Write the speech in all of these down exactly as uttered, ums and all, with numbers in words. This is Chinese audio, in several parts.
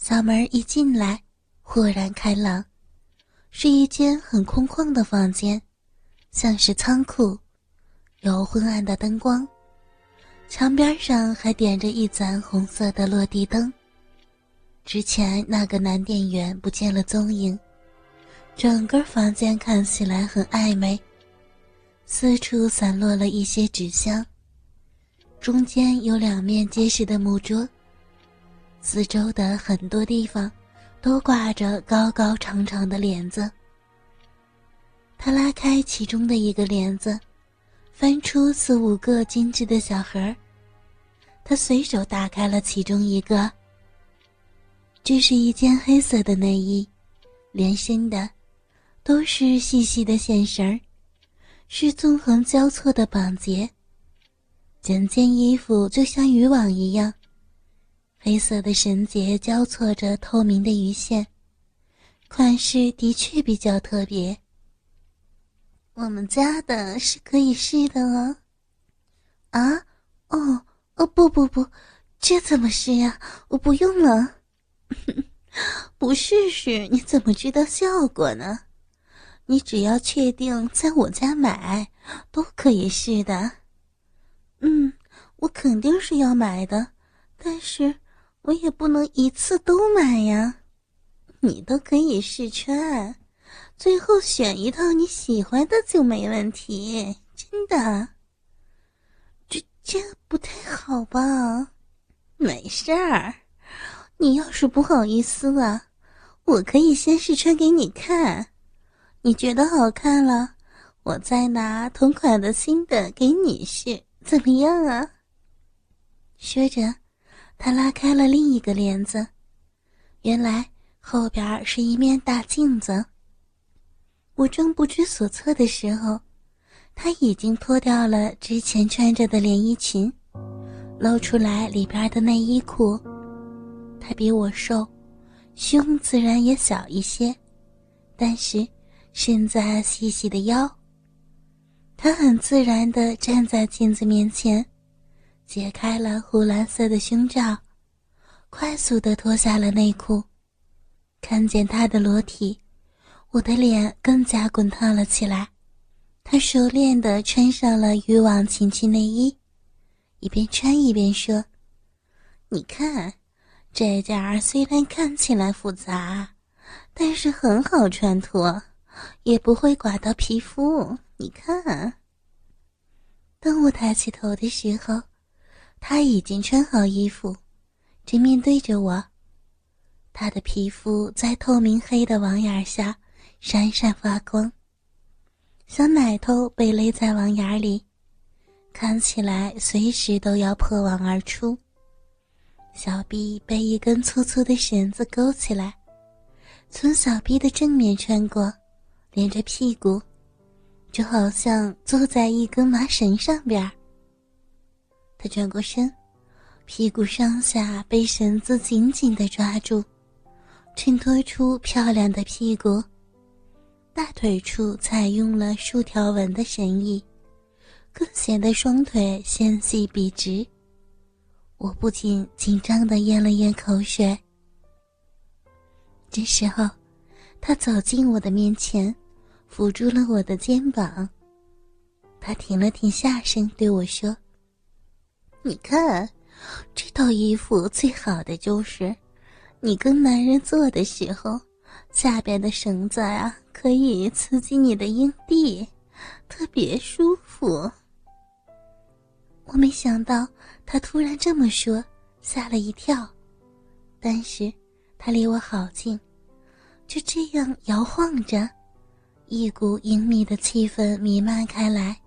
小门一进来，豁然开朗，是一间很空旷的房间，像是仓库，有昏暗的灯光，墙边上还点着一盏红色的落地灯。之前那个男店员不见了踪影，整个房间看起来很暧昧，四处散落了一些纸箱，中间有两面结实的木桌，四周的很多地方都挂着高高长长的帘子。他拉开其中的一个帘子，翻出四五个精致的小盒，他随手打开了其中一个。这是一件黑色的内衣，连身的，都是细细的线绳，是纵横交错的绑结，整件衣服就像渔网一样，黑色的绳结交错着透明的鱼线，款式的确比较特别。我们家的是可以试的哦。啊？哦哦不不不，这怎么试呀？我不用了。不试试你怎么知道效果呢？你只要确定在我家买，都可以试的。嗯，我肯定是要买的，但是我也不能一次都买呀。你都可以试穿，最后选一套你喜欢的就没问题，真的。这这不太好吧？没事儿，你要是不好意思啊，我可以先试穿给你看，你觉得好看了，我再拿同款的新的给你试，怎么样啊？说着，他拉开了另一个帘子，原来后边是一面大镜子。我正不知所措的时候，他已经脱掉了之前穿着的连衣裙，露出来里边的内衣裤。他比我瘦，胸自然也小一些，但是身在细细的腰。他很自然地站在镜子面前，解开了湖蓝色的胸罩，快速地脱下了内裤。看见他的裸体，我的脸更加滚烫了起来。他熟练地穿上了渔网情趣内衣，一边穿一边说：你看，这件儿虽然看起来复杂，但是很好穿脱，也不会刮到皮肤，你看。当我抬起头的时候，他已经穿好衣服，正面对着我。他的皮肤在透明黑的网眼下闪闪发光，小奶头被勒在网眼里，看起来随时都要破网而出。小臂被一根粗粗的绳子勾起来，从小臂的正面穿过，连着屁股，就好像坐在一根麻绳上边。他转过身，屁股上下被绳子紧紧地抓住，衬托出漂亮的屁股。大腿处采用了竖条纹的绳艺，更显得双腿纤细笔直。我不仅紧张地咽了咽口水。这时候，他走进我的面前，扶住了我的肩膀。他停了停下身对我说：你看，这套衣服最好的就是你跟男人做的时候，下边的绳子啊，可以刺激你的阴蒂，特别舒服。我没想到他突然这么说，吓了一跳，但是他离我好近，就这样摇晃着，一股隐秘的气氛弥漫开来。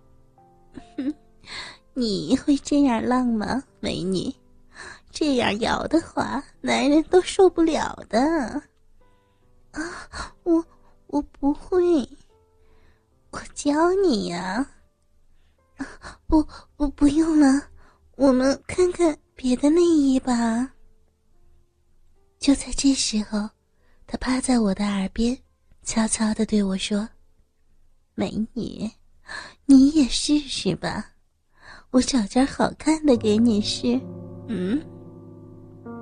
你会这样浪吗，美女？这样摇的话，男人都受不了的。啊，我我不会，我教你呀。不不不用了，我们看看别的内衣吧。就在这时候，他趴在我的耳边，悄悄地对我说：美女，你也试试吧，我找件好看的给你试。嗯。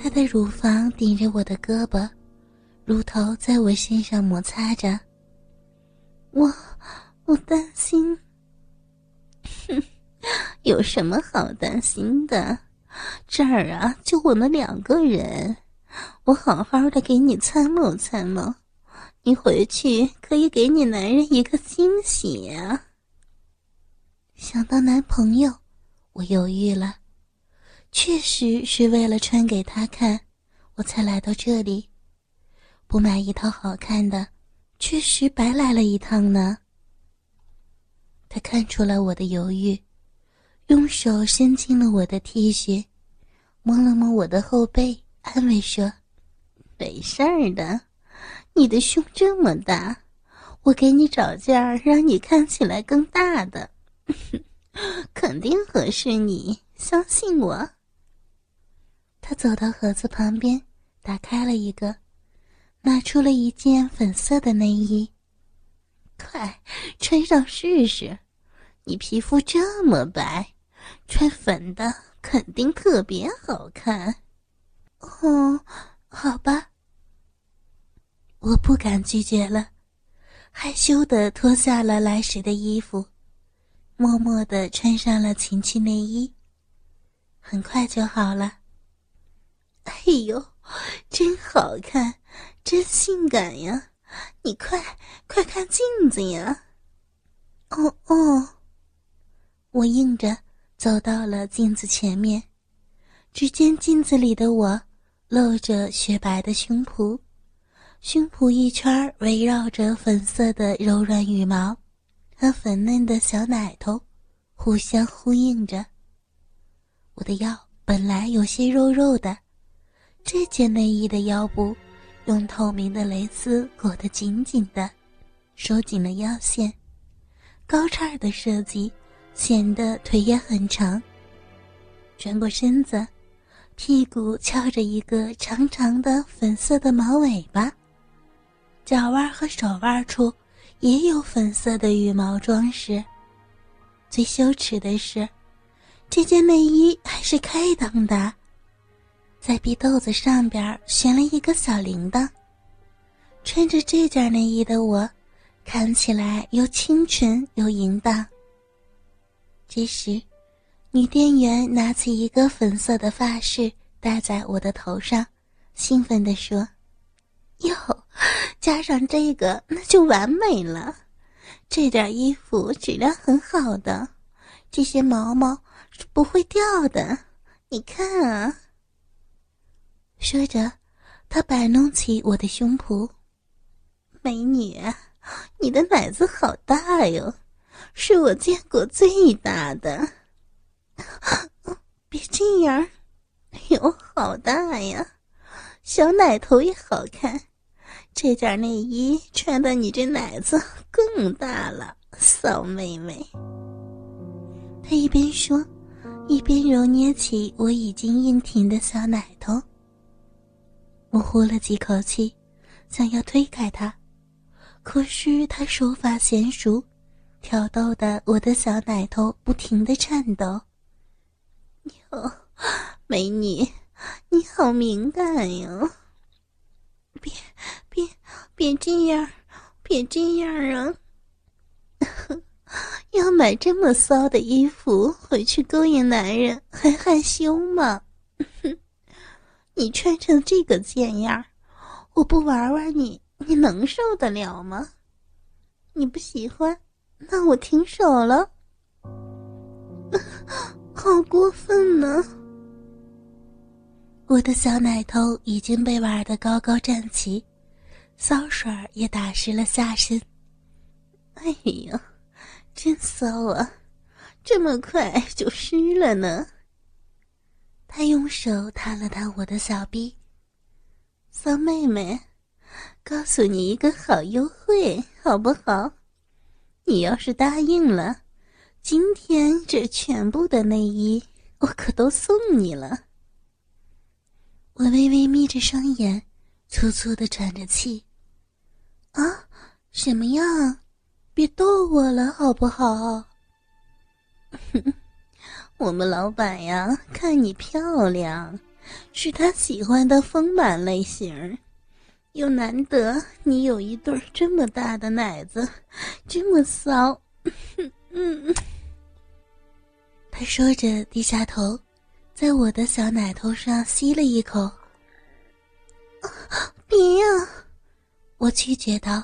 他的乳房顶着我的胳膊，乳头在我身上摩擦着。我我担心。哼，有什么好担心的？这儿啊，就我们两个人，我好好的给你参谋参谋，你回去可以给你男人一个惊喜啊。想到男朋友，我犹豫了。确实是为了穿给他看，我才来到这里。不买一套好看的，确实白来了一趟呢。他看出了我的犹豫，用手伸进了我的 T 恤，摸了摸我的后背，安慰说：没事儿的，你的胸这么大，我给你找件儿让你看起来更大的，肯定合适你，相信我。他走到盒子旁边，打开了一个，拿出了一件粉色的内衣。快，穿上试试，你皮肤这么白，穿粉的肯定特别好看。哦，好吧。我不敢拒绝了，害羞地脱下了来时的衣服，默默地穿上了情趣内衣。很快就好了。哎呦，真好看，真性感呀！你快快看镜子呀！哦哦，我应着走到了镜子前面，只见镜子里的我露着雪白的胸脯，胸脯一圈围绕着粉色的柔软羽毛和粉嫩的小奶头互相呼应着。我的腰本来有些肉肉的，这件内衣的腰部用透明的蕾丝裹得紧紧的，收紧了腰线，高叉的设计显得腿也很长。转过身子，屁股翘着一个长长的粉色的毛尾巴，脚腕和手腕处也有粉色的羽毛装饰。最羞耻的是，这件内衣还是开裆的，在鼻豆子上边悬了一个小铃铛。穿着这件内衣的我，看起来又清纯又淫荡。这时，女店员拿起一个粉色的发饰戴在我的头上，兴奋地说：哟，加上这个那就完美了，这件衣服质量很好的，这些毛毛是不会掉的，你看啊。说着，她摆弄起我的胸脯。美女，你的奶子好大哟，是我见过最大的。别这样，哎呦，好大呀，小奶头也好看，这件内衣穿的你这奶子更大了，骚妹妹。她一边说，一边揉捏起我已经硬挺的小奶头。我呼了几口气，想要推开她，可是她手法娴熟，挑逗的我的小奶头不停地颤抖。哟，美女，你好敏感哟！别别别这样，别这样啊！要买这么骚的衣服回去勾引男人还害羞吗？你穿成这个贱样，我不玩玩你，你能受得了吗？你不喜欢，那我停手了。好过分呢！我的小奶头已经被玩得高高站起，骚水也打湿了下身。哎呀，真骚啊，这么快就湿了呢。他用手探了探我的小臂。骚妹妹，告诉你一个好优惠好不好？你要是答应了，今天这全部的内衣我可都送你了。我微微眯着双眼，粗粗地喘着气。啊，什么样？别逗我了好不好？我们老板呀，看你漂亮， 是他喜欢的丰满类型，又难得你有一对这么大的奶子，这么骚。嗯，他说着低下头，在我的小奶头上吸了一口。别呀！我拒绝道。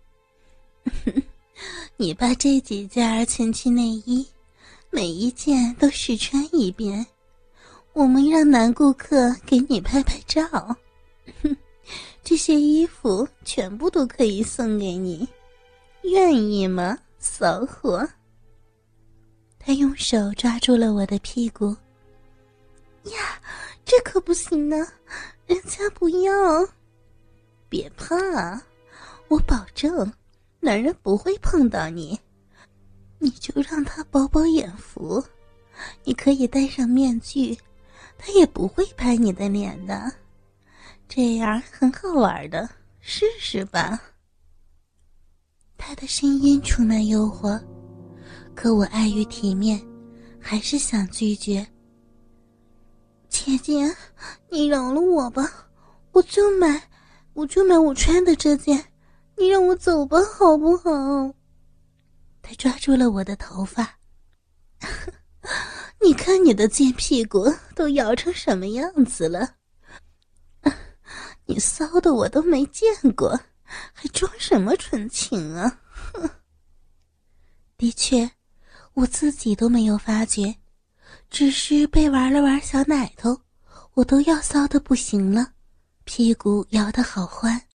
你把这几件情趣内衣每一件都试穿一遍，我们让男顾客给你拍拍照。这些衣服全部都可以送给你，愿意吗，骚货？他用手抓住了我的屁股。呀，这可不行啊，人家不要。别怕，我保证男人不会碰到你，你就让他饱饱眼福，你可以戴上面具，他也不会拍你的脸的，这样很好玩的，试试吧。他的声音充满诱惑，可我碍于体面，还是想拒绝。姐姐，你饶了我吧，我就买我就买我穿的这件，你让我走吧好不好？他抓住了我的头发。你看你的贱屁股都摇成什么样子了，你骚的我都没见过，还装什么纯情啊？的确，我自己都没有发觉，只是被玩了玩小奶头，我都要骚得不行了，屁股摇得好欢。